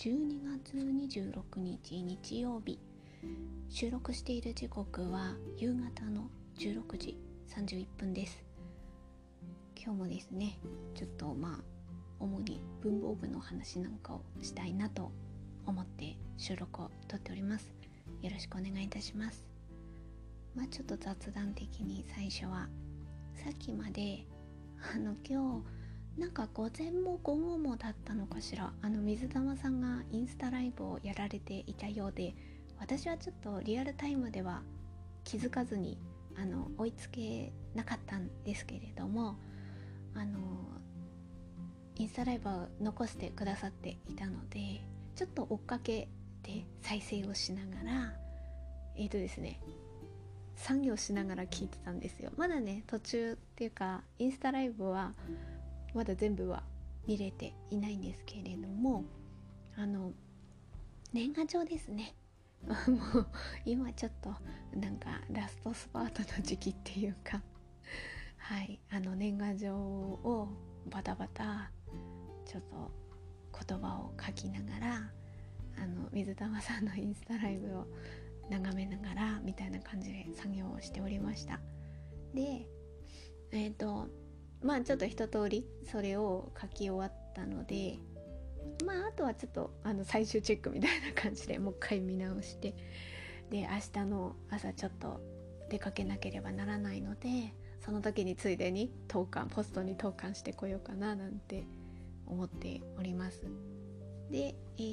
12月26日日曜日、収録している時刻は夕方の16時31分です。今日もですね、ちょっと主に文房具の話なんかをしたいなと思って収録を撮っております。よろしくお願いいたします。ちょっと雑談的に最初は、さっきまで今日なんか午前も午後もだったのかしら、水玉さんがインスタライブをやられていたようで、私はちょっとリアルタイムでは気づかずに追いつけなかったんですけれども、インスタライブを残してくださっていたので、ちょっと追っかけて再生をしながらですね、作業しながら聞いてたんですよ。まだね、途中っていうかインスタライブはまだ全部は見れていないんですけれども、年賀状ですねもう今ちょっとなんかラストスパートの時期っていうかはい、年賀状をバタバタちょっと言葉を書きながら水玉さんのインスタライブを眺めながらみたいな感じで作業をしておりました。でちょっと一通りそれを書き終わったので、あとはちょっと最終チェックみたいな感じでもう一回見直して、で明日の朝ちょっと出かけなければならないので、その時についでにポストに投函してこようかななんて思っております。で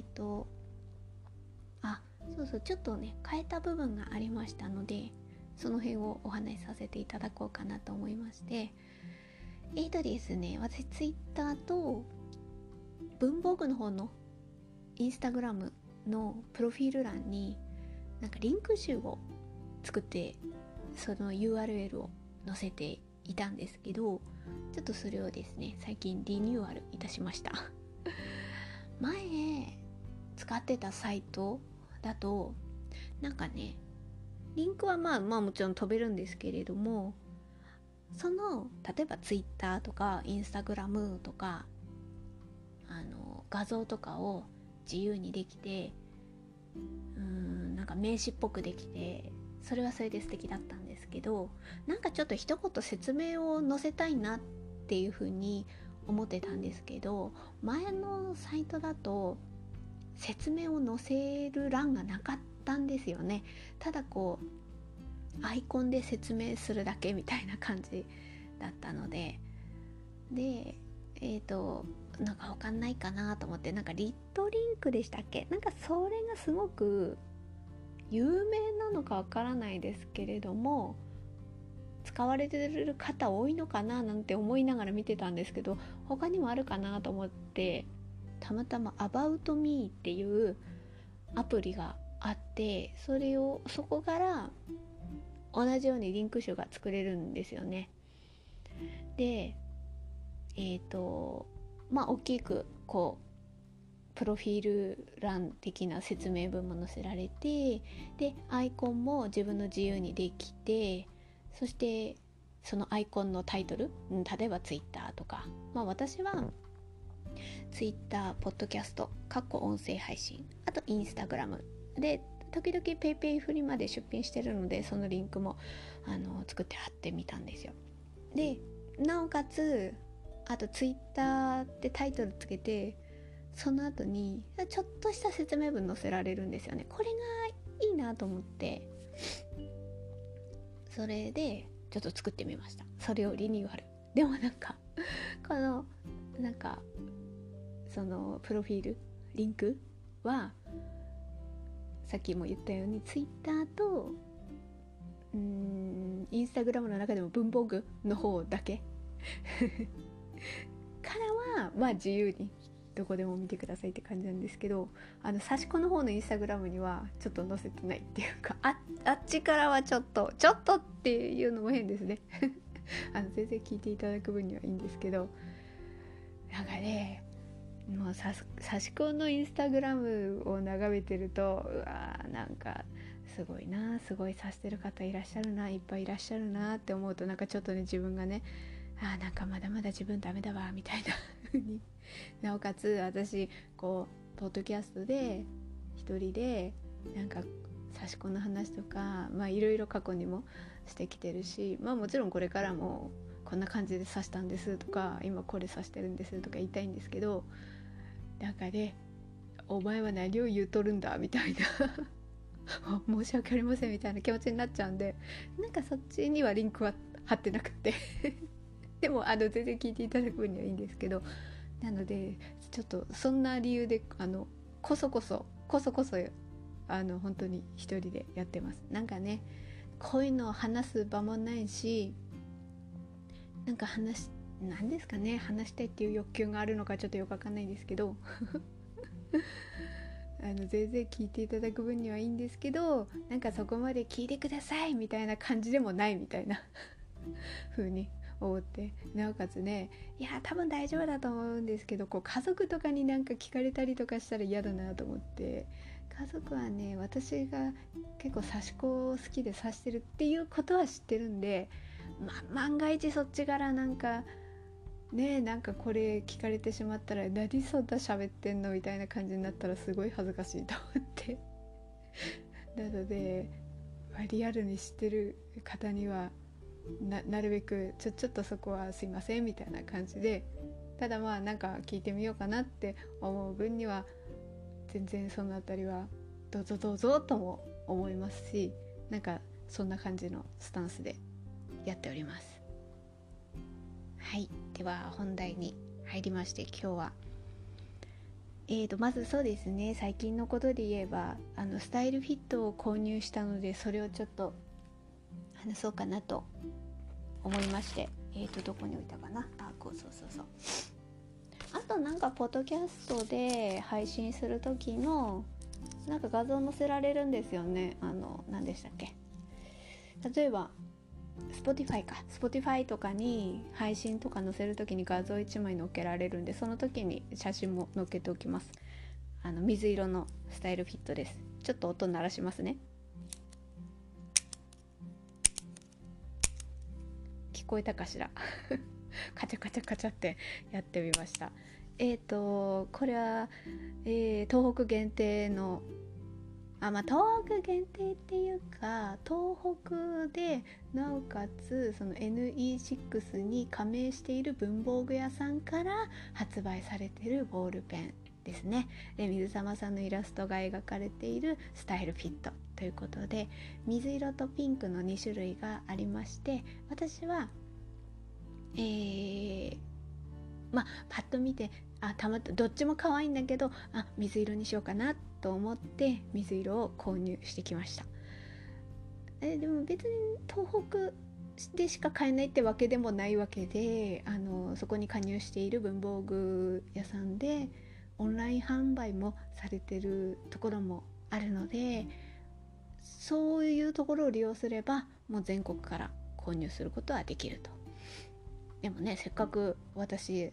そうちょっとね変えた部分がありましたので、その辺をお話しさせていただこうかなと思いまして、ですね、私ツイッターと文房具の方のインスタグラムのプロフィール欄になんかリンク集を作って、その URL を載せていたんですけど、ちょっとそれをですね最近リニューアルいたしました前使ってたサイトだとなんかね、リンクはもちろん飛べるんですけれども、その例えばツイッターとかインスタグラムとか画像とかを自由にできて、なんか名詞っぽくできて、それはそれで素敵だったんですけど、なんかちょっと一言説明を載せたいなっていう風に思ってたんですけど、前のサイトだと説明を載せる欄がなかったんですよね。ただアイコンで説明するだけみたいな感じだったので、なんかわかんないかなと思って、なんかリットリンクでしたっけ、なんかそれがすごく有名なのかわからないですけれども、使われてる方多いのかななんて思いながら見てたんですけど、他にもあるかなと思って、たまたま About Me っていうアプリがあって、そこから同じようにリンク集が作れるんですよね。で大きくプロフィール欄的な説明文も載せられて、でアイコンも自分の自由にできて、そしてそのアイコンのタイトル、例えばツイッターとか、私はツイッター、ポッドキャスト、音声配信、あとインスタグラムで時々ペイペイフリまで出品してるので、そのリンクも作って貼ってみたんですよ。でなおかつあとツイッターってタイトルつけて、その後にちょっとした説明文載せられるんですよね。これがいいなと思って、それでちょっと作ってみました。それをリニューアル。でもそのプロフィールリンクはさっきも言ったようにツイッターとインスタグラムの中でも文房具の方だけからは自由にどこでも見てくださいって感じなんですけど、差し子の方のインスタグラムにはちょっと載せてないっていうか、あっちからはちょっとっていうのも変ですね全然聞いていただく分にはいいんですけど、なんかね、もう差し子のインスタグラムを眺めてると、なんかすごいさしてる方いらっしゃるな、いっぱいいらっしゃるなって思うと、なんかちょっとね自分がね、なんかまだまだ自分ダメだわみたいな風になおかつ私ポッドキャストで一人でなんか刺し子の話とかいろいろ過去にもしてきてるし、もちろんこれからもこんな感じで刺したんですとか今これ刺してるんですとか言いたいんですけど、なんかね、お前は何を言うとるんだみたいな申し訳ありませんみたいな気持ちになっちゃうんで、なんかそっちにはリンクは貼ってなくてでも全然聞いていただく分にはいいんですけど、なのでちょっとそんな理由でこそこそ本当に一人でやってます。なんかね、こういうのを話す場もないし、なんかなんですかね、話したいっていう欲求があるのかちょっとよくわかんないんですけど全然聞いていただく分にはいいんですけど、なんかそこまで聞いてくださいみたいな感じでもないみたいな風に思って、なおかつね、いや多分大丈夫だと思うんですけど、家族とかになんか聞かれたりとかしたら嫌だなと思って、家族はね、私が結構刺し子好きで刺してるっていうことは知ってるんで、万が一そっちからなんかね、なんかこれ聞かれてしまったら何そんな喋ってんのみたいな感じになったらすごい恥ずかしいと思ってなので、リアルに知ってる方にはなるべくちょっとそこはすいませんみたいな感じで、ただなんか聞いてみようかなって思う分には全然そのあたりはどうぞとも思いますし、なんかそんな感じのスタンスでやっております。はい、では本題に入りまして、今日はまずそうですね、最近のことで言えばスタイルフィットを購入したので、それをちょっと話そうかなと思いまして、どこに置いたかな、そうあとなんかポッドキャストで配信する時のなんか画像載せられるんですよね。何でしたっけ、例えばSpotify とかに配信とか載せるときに画像1枚載っけられるんで、その時に写真も載っけておきます。水色のスタイルフィットです。ちょっと音鳴らしますね。聞こえたかしらカチャカチャカチャってやってみました。これは、東北限定の東北限定っていうか、東北でなおかつその NE6 に加盟している文房具屋さんから発売されているボールペンですね。で、水様さんのイラストが描かれているスタイルフィットということで、水色とピンクの2種類がありまして、私はパッと見てどっちも可愛いんだけど水色にしようかなと思って水色を購入してきました。でも別に東北でしか買えないってわけでもないわけで、そこに加入している文房具屋さんでオンライン販売もされてるところもあるので、そういうところを利用すればもう全国から購入することはできると。でもね、せっかく私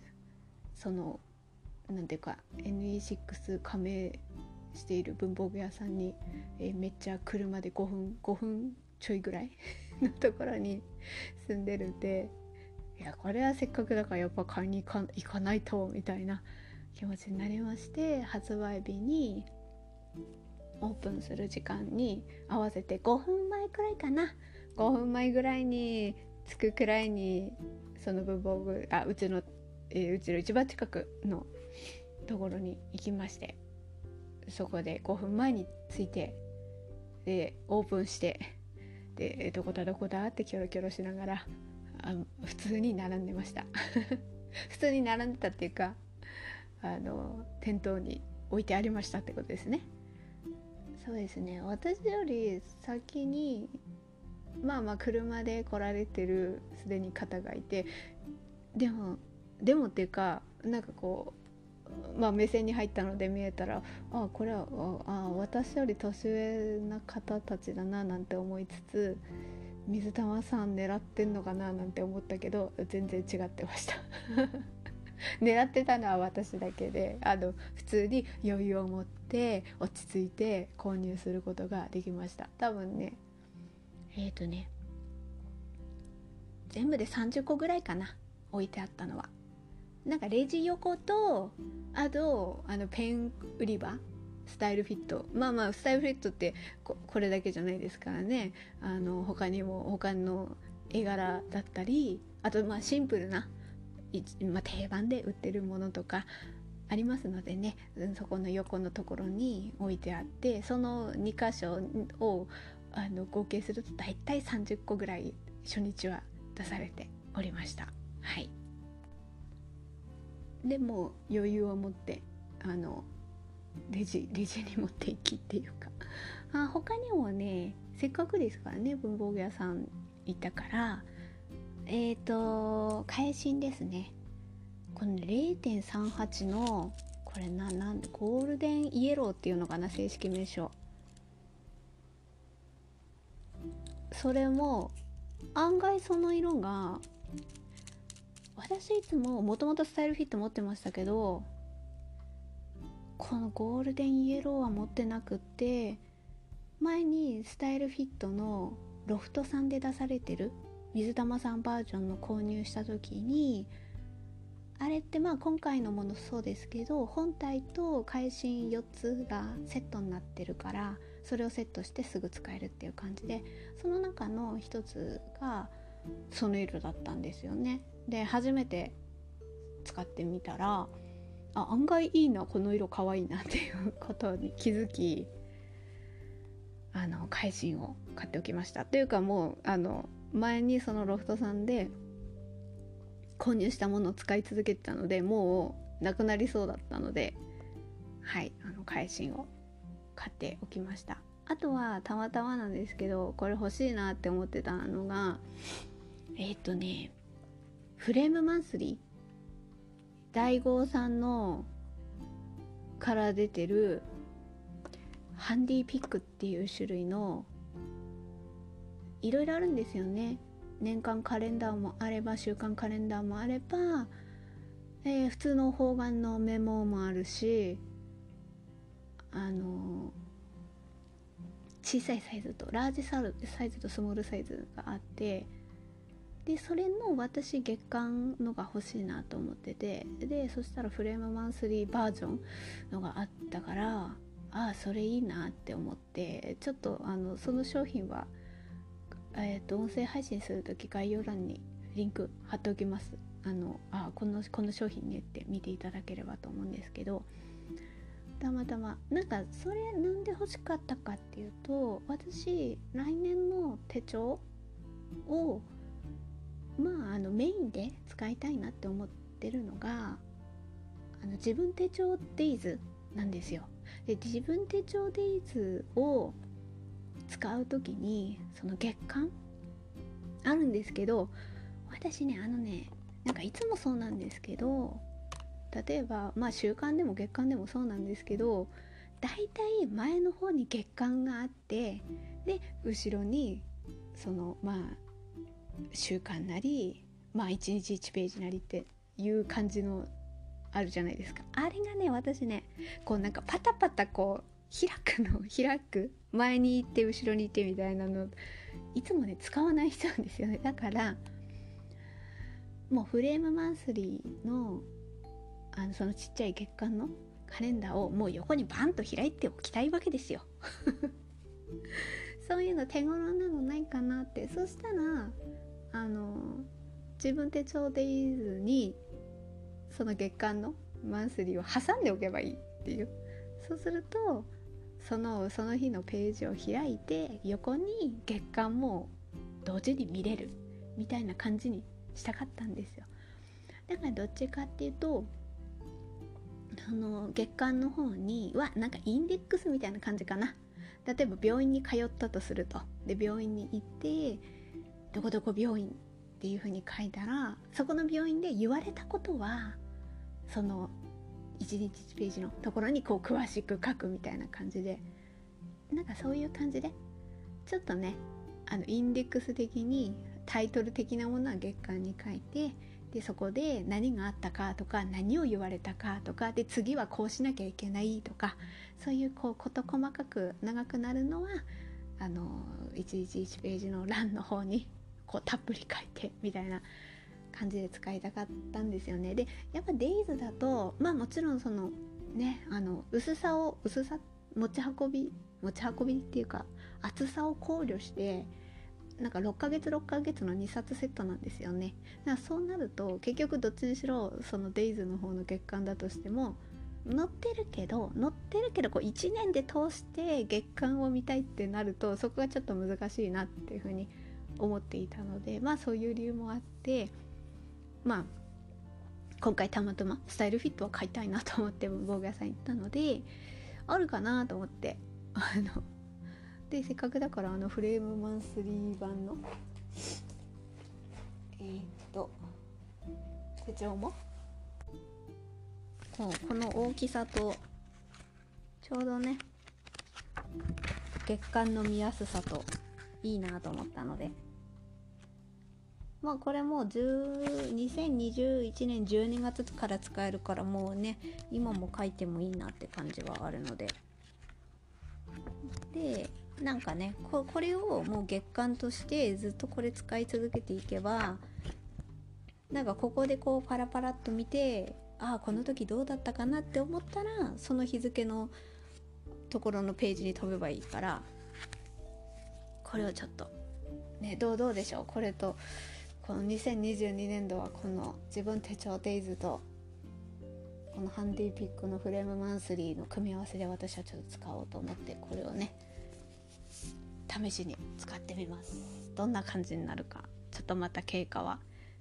なんていうか NE6 加盟している文房具屋さんに、めっちゃ車で5分ちょいぐらいのところに住んでるんで、いやこれはせっかくだからやっぱ買いに行かないとみたいな気持ちになりまして、発売日にオープンする時間に合わせて5分前くらいかな、5分前ぐらいに着くくらいにその文房具うちの一番近くのところに行きまして、そこで5分前に着いて、でオープンして、でどこだってキョロキョロしながら普通に並んでました普通に並んでたっていうか店頭に置いてありましたってことですね。そうですね、私より先に車で来られてるすでに方がいて、でもっていうかなんか目線に入ったので見えたらこれは私より年上な方たちだななんて思いつつ、水玉さん狙ってんのかななんて思ったけど全然違ってました狙ってたのは私だけで、普通に余裕を持って落ち着いて購入することができました。多分ね全部で30個ぐらいかな、置いてあったのは。 なんかレジ横と、あとペン売り場、スタイルフィット、スタイルフィットってこれだけじゃないですからね。他にも他の絵柄だったり、あとシンプルな、定番で売ってるものとかありますのでね、そこの横のところに置いてあって、その2箇所を合計するとだいたい30個ぐらい初日は出されておりました。はい。でも余裕を持ってレジに持っていきっていうか、他にもね、せっかくですからね、文房具屋さん行ったから、返しですね。この 0.38 のこれなんでゴールデンイエローっていうのかな、正式名称。それも案外その色が、私いつもともとスタイルフィット持ってましたけど、このゴールデンイエローは持ってなくって、前にスタイルフィットのロフトさんで出されてる水玉さんバージョンの購入した時に、あれって今回のものそうですけど、本体と返し4つがセットになってるから、それをセットしてすぐ使えるっていう感じで、その中の一つがその色だったんですよね。で初めて使ってみたら、案外いいな、この色かわいいなっていうことに気づき、返しを買っておきました。というか、もう前にそのロフトさんで購入したものを使い続けてたので、もうなくなりそうだったので、はい、返しを買っておきました。あとはたまたまなんですけど、これ欲しいなって思ってたのが、フレームマンスリー大豪さんのから出てるハンディピックっていう種類の、いろいろあるんですよね。年間カレンダーもあれば、週間カレンダーもあれば、普通の方眼のメモもあるし、小さいサイズとラージサイズとスモールサイズがあって、でそれの私月間のが欲しいなと思ってて、でそしたらフレームマンスリーバージョンのがあったから、それいいなって思って、ちょっとその商品は音声配信するとき概要欄にリンク貼っておきます。この商品ねって見ていただければと思うんですけど、たまたまそれなんで欲しかったかっていうと、私来年の手帳をメインで使いたいなって思ってるのが自分手帳デイズなんですよ。で自分手帳デイズを使うときに、その月間あるんですけど、私ねいつもそうなんですけど、例えば週間でも月間でもそうなんですけど、だいたい前の方に月間があって、で後ろにその週間なり1日1ページなりっていう感じのあるじゃないですか。あれがね、私ねパタパタ開く前に行って後ろに行ってみたいなのいつもね使わない人なんですよね。だからもうフレームマンスリーのそのちっちゃい月間のカレンダーをもう横にバンと開いておきたいわけですよそういうの手頃なのないかなって。そしたら自分手帳デイズにその月間のマンスリーを挟んでおけばいいっていう。そうするとその日のページを開いて、横に月間も同時に見れるみたいな感じにしたかったんですよ。だからどっちかっていうと月間の方にはインデックスみたいな感じかな。例えば病院に通ったとすると、で病院に行ってどこどこ病院っていう風に書いたら、そこの病院で言われたことはその1日1ページのところに詳しく書くみたいな感じで、そういう感じでちょっとねインデックス的にタイトル的なものは月間に書いて、でそこで何があったかとか、何を言われたかとかで、次はこうしなきゃいけないとか、そういう事細かく長くなるのは1日1ページの欄の方にたっぷり書いてみたいな感じで使いたかったんですよね。でやっぱデイズだともちろんそのね薄さ持ち運びっていうか厚さを考慮してなんか6ヶ月の2冊セットなんですよね。だからそうなると結局どっちにしろそのデイズの方の月間だとしても載ってるけどこう1年で通して月間を見たいってなるとそこがちょっと難しいなっていうふうに思っていたのでそういう理由もあって今回たまたまスタイルフィットを買いたいなと思って防具屋さん行ったのであるかなと思ってでせっかくだからフレームマンスリー版の手帳もこの大きさとちょうどね月間の見やすさといいなと思ったのでこれも2021年12月から使えるからもうね今も書いてもいいなって感じはあるのでなんかねこれをもう月間としてずっとこれ使い続けていけばなんかここでこうパラパラっと見てこの時どうだったかなって思ったらその日付のところのページに飛べばいいからこれをちょっとねどうでしょう。これとこの2022年度はこの自分手帳デイズとこのハンディピックのフレームマンスリーの組み合わせで私はちょっと使おうと思ってこれをね試しに使ってみます。どんな感じになるかちょっとまた経過は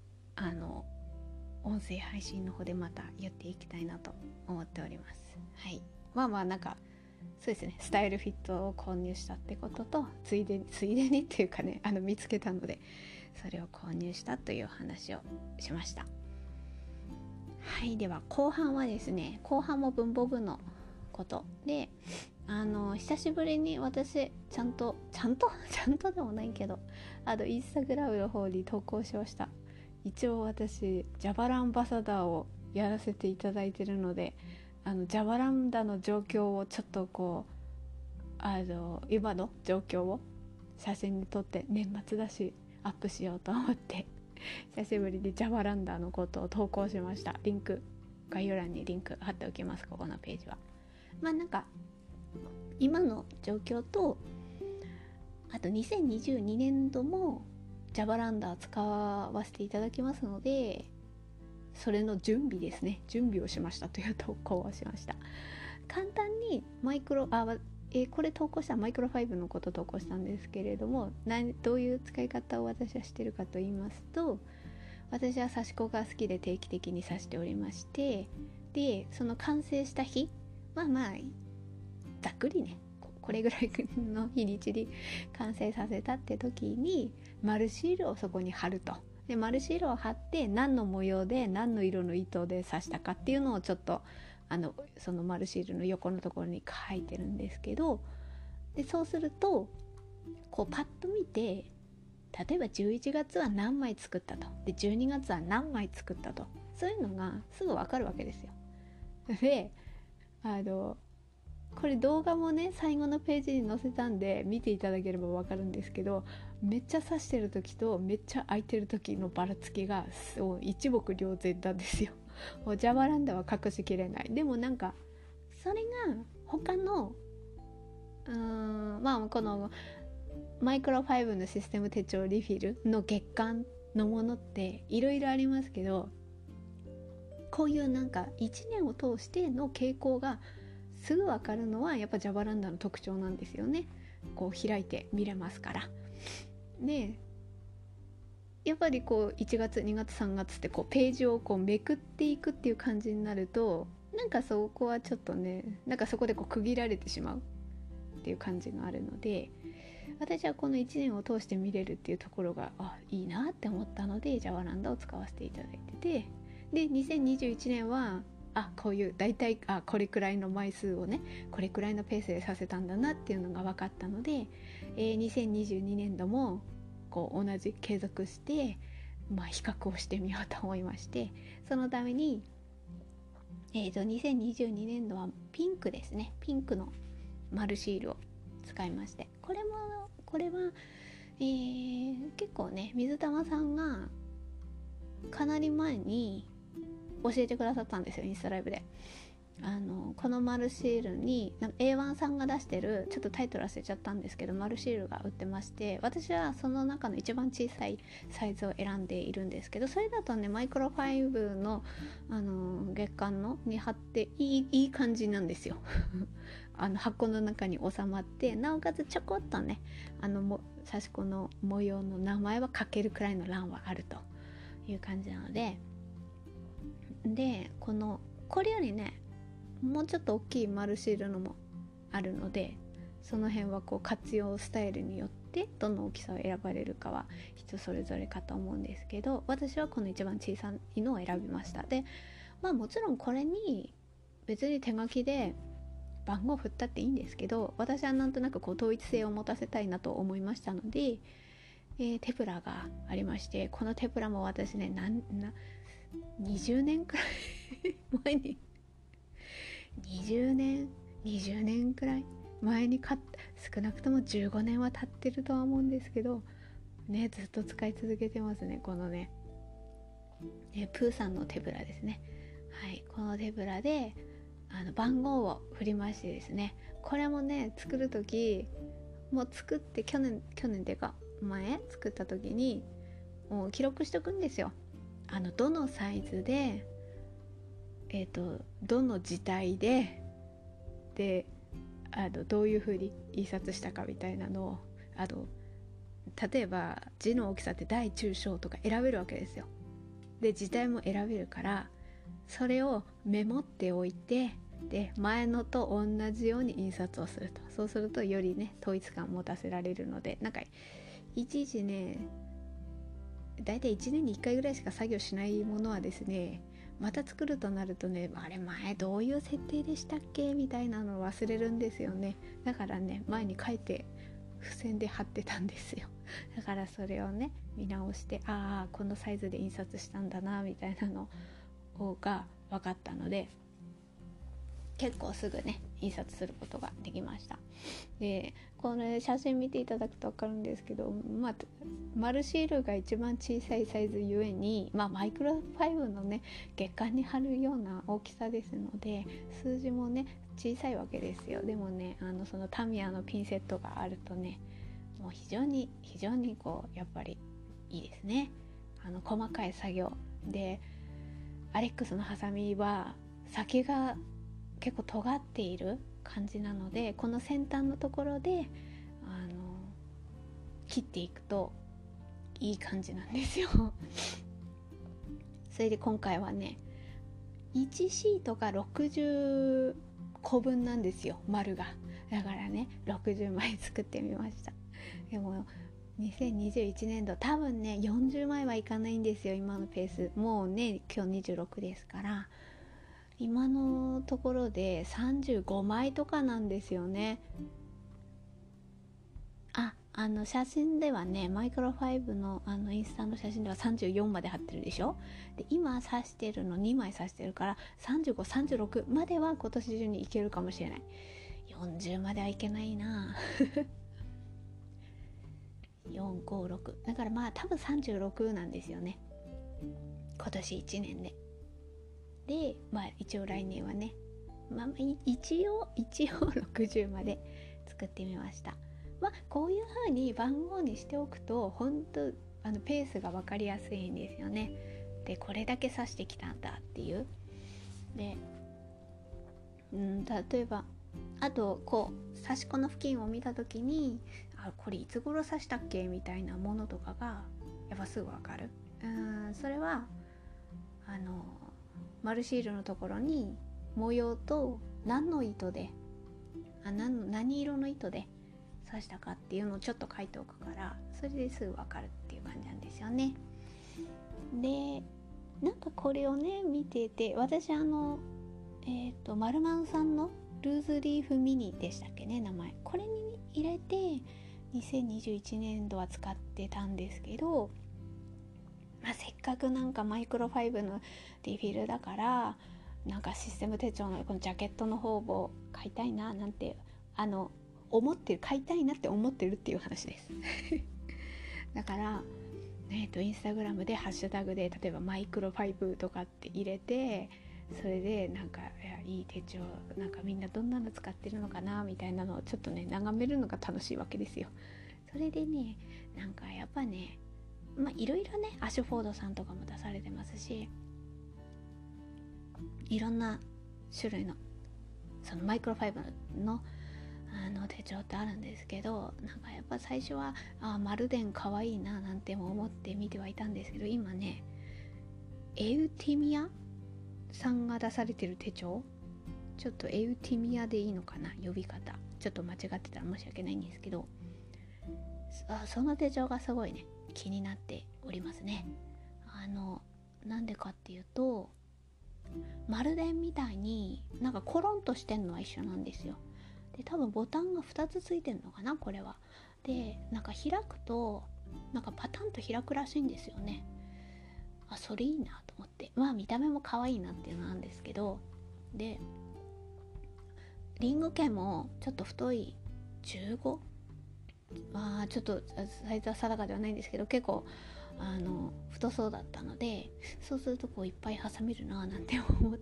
音声配信の方でまた言っていきたいなと思っております。はい。なんかそうですねスタイルフィットを購入したってこととついでにっていうかね見つけたのでそれを購入したという話をしました。はい。では後半はですね後半も文房具のことで久しぶりに私ちゃんとでもないけどインスタグラムの方に投稿しました。一応私ジャバランバサダーをやらせていただいているのでジャバランダの状況をちょっとこう今の状況を写真に撮って年末だしアップしようと思って久しぶりにジャバランダのことを投稿しました。概要欄にリンク貼っておきます。ここのページはなんか今の状況とあと2022年度もジャバランダー使わせていただきますのでそれの準備をしましたという投稿をしました。簡単にこれ投稿したマイクロ5のこと投稿したんですけれどもどういう使い方を私はしているかと言いますと私は刺し子が好きで定期的に刺しておりましてでその完成した日ざっくりねこれぐらいの日にちに完成させたって時に丸シールをそこに貼ると。で丸シールを貼って何の模様で何の色の糸で刺したかっていうのをちょっとその丸シールの横のところに書いてるんですけどでそうするとこうパッと見て例えば11月は何枚作ったとで12月は何枚作ったとそういうのがすぐ分かるわけですよ。でこれ動画もね最後のページに載せたんで見ていただければ分かるんですけどめっちゃ刺してる時とめっちゃ開いてる時のばらつきが一目瞭然なんですよ。もうジャバランダは隠しきれない。でもなんかそれが他のこのマイクロ5のシステム手帳リフィルの月間のものっていろいろありますけどこういうなんか1年を通しての傾向がすぐ分かるのはやっぱジャバランダの特徴なんですよね。こう開いて見れますからでやっぱりこう1月2月3月ってこうページをこうめくっていくっていう感じになるとなんかそこはちょっとねなんかそこでこう区切られてしまうっていう感じがあるので私はこの1年を通して見れるっていうところがいいなって思ったのでジャバランダを使わせていただいててで2021年はこういう大体これくらいの枚数をねこれくらいのペースでさせたんだなっていうのが分かったので、2022年度もこう同じ継続して、比較をしてみようと思いましてそのために、2022年度はピンクですねピンクの丸シールを使いましてこれは、結構ね水玉さんがかなり前に教えてくださったんですよ、インスタライブで。このマルシールになんか A1 さんが出してる、ちょっとタイトル忘れちゃったんですけど、マルシールが売ってまして、私はその中の一番小さいサイズを選んでいるんですけど、それだとねマイクロファイブの、月刊のに貼っていい感じなんですよ箱の中に収まって、なおかつちょこっとね刺し子の模様の名前は書けるくらいの欄はあるという感じなので、これよりねもうちょっと大きいマルシールのもあるので、その辺はこう活用スタイルによってどの大きさを選ばれるかは人それぞれかと思うんですけど、私はこの一番小さいのを選びました。でもちろんこれに別に手書きで番号振ったっていいんですけど、私はなんとなくこう統一性を持たせたいなと思いましたので、テプラがありまして、このテプラも私ね20年くらい前に20年くらい前に買った、少なくとも15年は経ってるとは思うんですけどね、ずっと使い続けてますね。このねプーさんの手ぶらですね。はい、この手ぶらで番号を振りましてですね、これもね作る時もう作って去年っていうか前作った時にもう記録しとくんですよ。どのサイズでどの字体でどういう風に印刷したかみたいなのを例えば字の大きさって大中小とか選べるわけですよ。で字体も選べるから、それをメモっておいて、で前のと同じように印刷をすると、そうするとよりね統一感を持たせられるので、なんかいちいちねだいたい1年に1回ぐらいしか作業しないものはですね、また作るとなるとね、あれ前どういう設定でしたっけみたいなのを忘れるんですよね。だからね前に書いて付箋で貼ってたんですよ。だからそれをね見直して、このサイズで印刷したんだなみたいなのが分かったので、結構すぐね印刷することができました。でこの写真見ていただくと分かるんですけど、マルシールが一番小さいサイズゆえに、マイクロファイブのね月間に貼るような大きさですので、数字もね小さいわけですよ。でもねそのタミヤのピンセットがあるとね、もう非常にこうやっぱりいいですね。細かい作業で、アレックスのハサミは先が結構尖っている感じなので、この先端のところで切っていくといい感じなんですよそれで今回はね1シートが60個分なんですよ、丸が。だからね60枚作ってみました。でも2021年度多分ね40枚はいかないんですよ、今のペース。もうね今日26ですから、今のところで35枚とかなんですよね。写真ではねマイクロファイブのインスタの写真では34まで貼ってるでしょ。で今刺してるの2枚刺してるから35、36までは今年中にいけるかもしれない。40まではいけないな456だから多分36なんですよね、今年1年で。で一応来年はね一応60まで作ってみました。こういう風に番号にしておくと本当ペースが分かりやすいんですよね。でこれだけ刺してきたんだっていう。で例えばあとこう刺し子の付近を見た時にこれいつ頃刺したっけみたいなものとかがやっぱすぐ分かる。それはマルシールのところに模様と何の糸で何色の糸で刺したかっていうのをちょっと書いておくから、それですぐ分かるっていう感じなんですよね。でなんかこれをね見てて、私マルマンさんのルーズリーフミニでしたっけね、名前。これに入れて2021年度は使ってたんですけど、せっかくなんかマイクロファイブのリフィルだからなんかシステム手帳のこのジャケットの方を買いたいななんて買いたいなって思ってるっていう話ですだからインスタグラムでハッシュタグで例えばマイクロ5とかって入れて、それでなんかいい手帳、なんかみんなどんなの使ってるのかなみたいなのをちょっとね眺めるのが楽しいわけですよ。それでね、なんかやっぱね、いろいろね、アシュフォードさんとかも出されてますし、いろんな種類のそのマイクロファイブの手帳ってあるんですけど、なんかやっぱ最初はマルデンかわいいななんても思って見てはいたんですけど、今ねエウティミアさんが出されてる手帳、ちょっとエウティミアでいいのかな、呼び方ちょっと間違ってたら申し訳ないんですけど、その手帳がすごいね気になっておりますね。なんでかっていうと、マルデンみたいになんかコロンとしてんのは一緒なんですよ。で多分ボタンが2つついてんのかな、これは。でなんか開くとなんかパタンと開くらしいんですよね。それいいなと思って、見た目も可愛いなっていうのなんですけど、でリング剣もちょっと太い 15？ ちょっとサイズは定かではないんですけど、結構太そうだったので、そうするとこういっぱい挟めるななんて思って、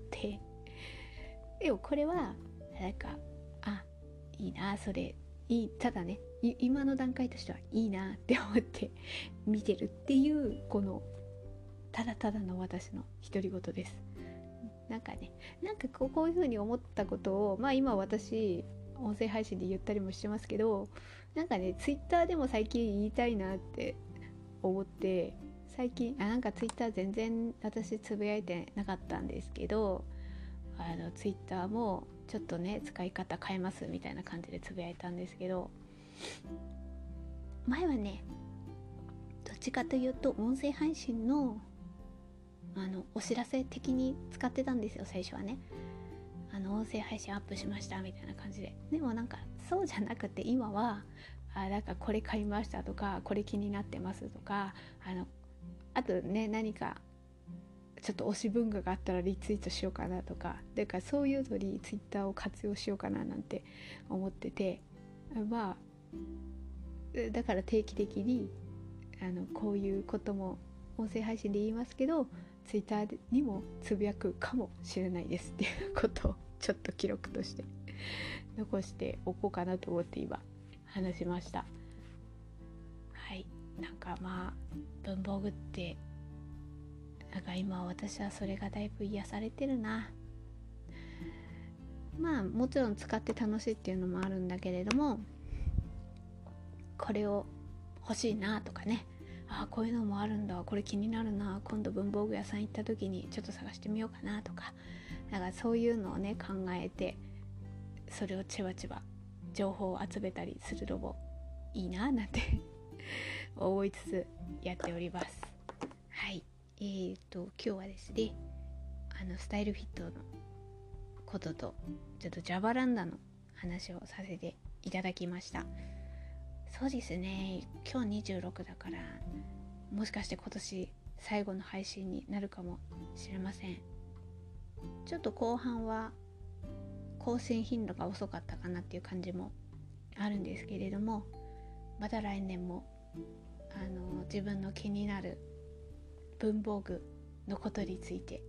でもこれはなんかいいな、それいい、ただね今の段階としてはいいなって思って見てるっていう、このただただの私の独り言です。なんかこういう風に思ったことを今私音声配信で言ったりもしてますけど、なんかねツイッターでも最近言いたいなって思って、最近なんかツイッター全然私つぶやいてなかったんですけど、ツイッターもちょっとね使い方変えますみたいな感じでつぶやいたんですけど、前はねどっちかというと音声配信のお知らせ的に使ってたんですよ、最初はね。音声配信アップしましたみたいな感じで。でもなんかそうじゃなくて、今はなんかこれ買いましたとか、これ気になってますとか、あとね何かちょっと推し文化があったらリツイートしようかなとか、だからそういうのにツイッターを活用しようかななんて思ってて、だから定期的にこういうことも音声配信で言いますけど、ツイッターにもつぶやくかもしれないですっていうことをちょっと記録として残しておこうかなと思って今話しました。はい、なんか文房具ってなんか今私はそれがだいぶ癒されてるな。もちろん使って楽しいっていうのもあるんだけれども、これを欲しいなとかね、こういうのもあるんだ、これ気になるな、今度文房具屋さん行った時にちょっと探してみようかなとか、なんかそういうのをね考えて、それをチバチバ情報を集めたりするロボいいななんて思いつつやっております。はい、今日はですねスタイルフィットのこととちょっとジャバランダの話をさせていただきました。そうですね、今日26だからもしかして今年最後の配信になるかもしれません。ちょっと後半は更新頻度が遅かったかなっていう感じもあるんですけれども、また来年も自分の気になる文房具のことについて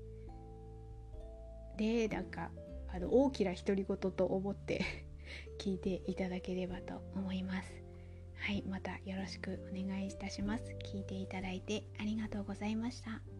でなんか大きな独り言と思って聞いていただければと思います。はい、またよろしくお願いいたします。聞いていただいてありがとうございました。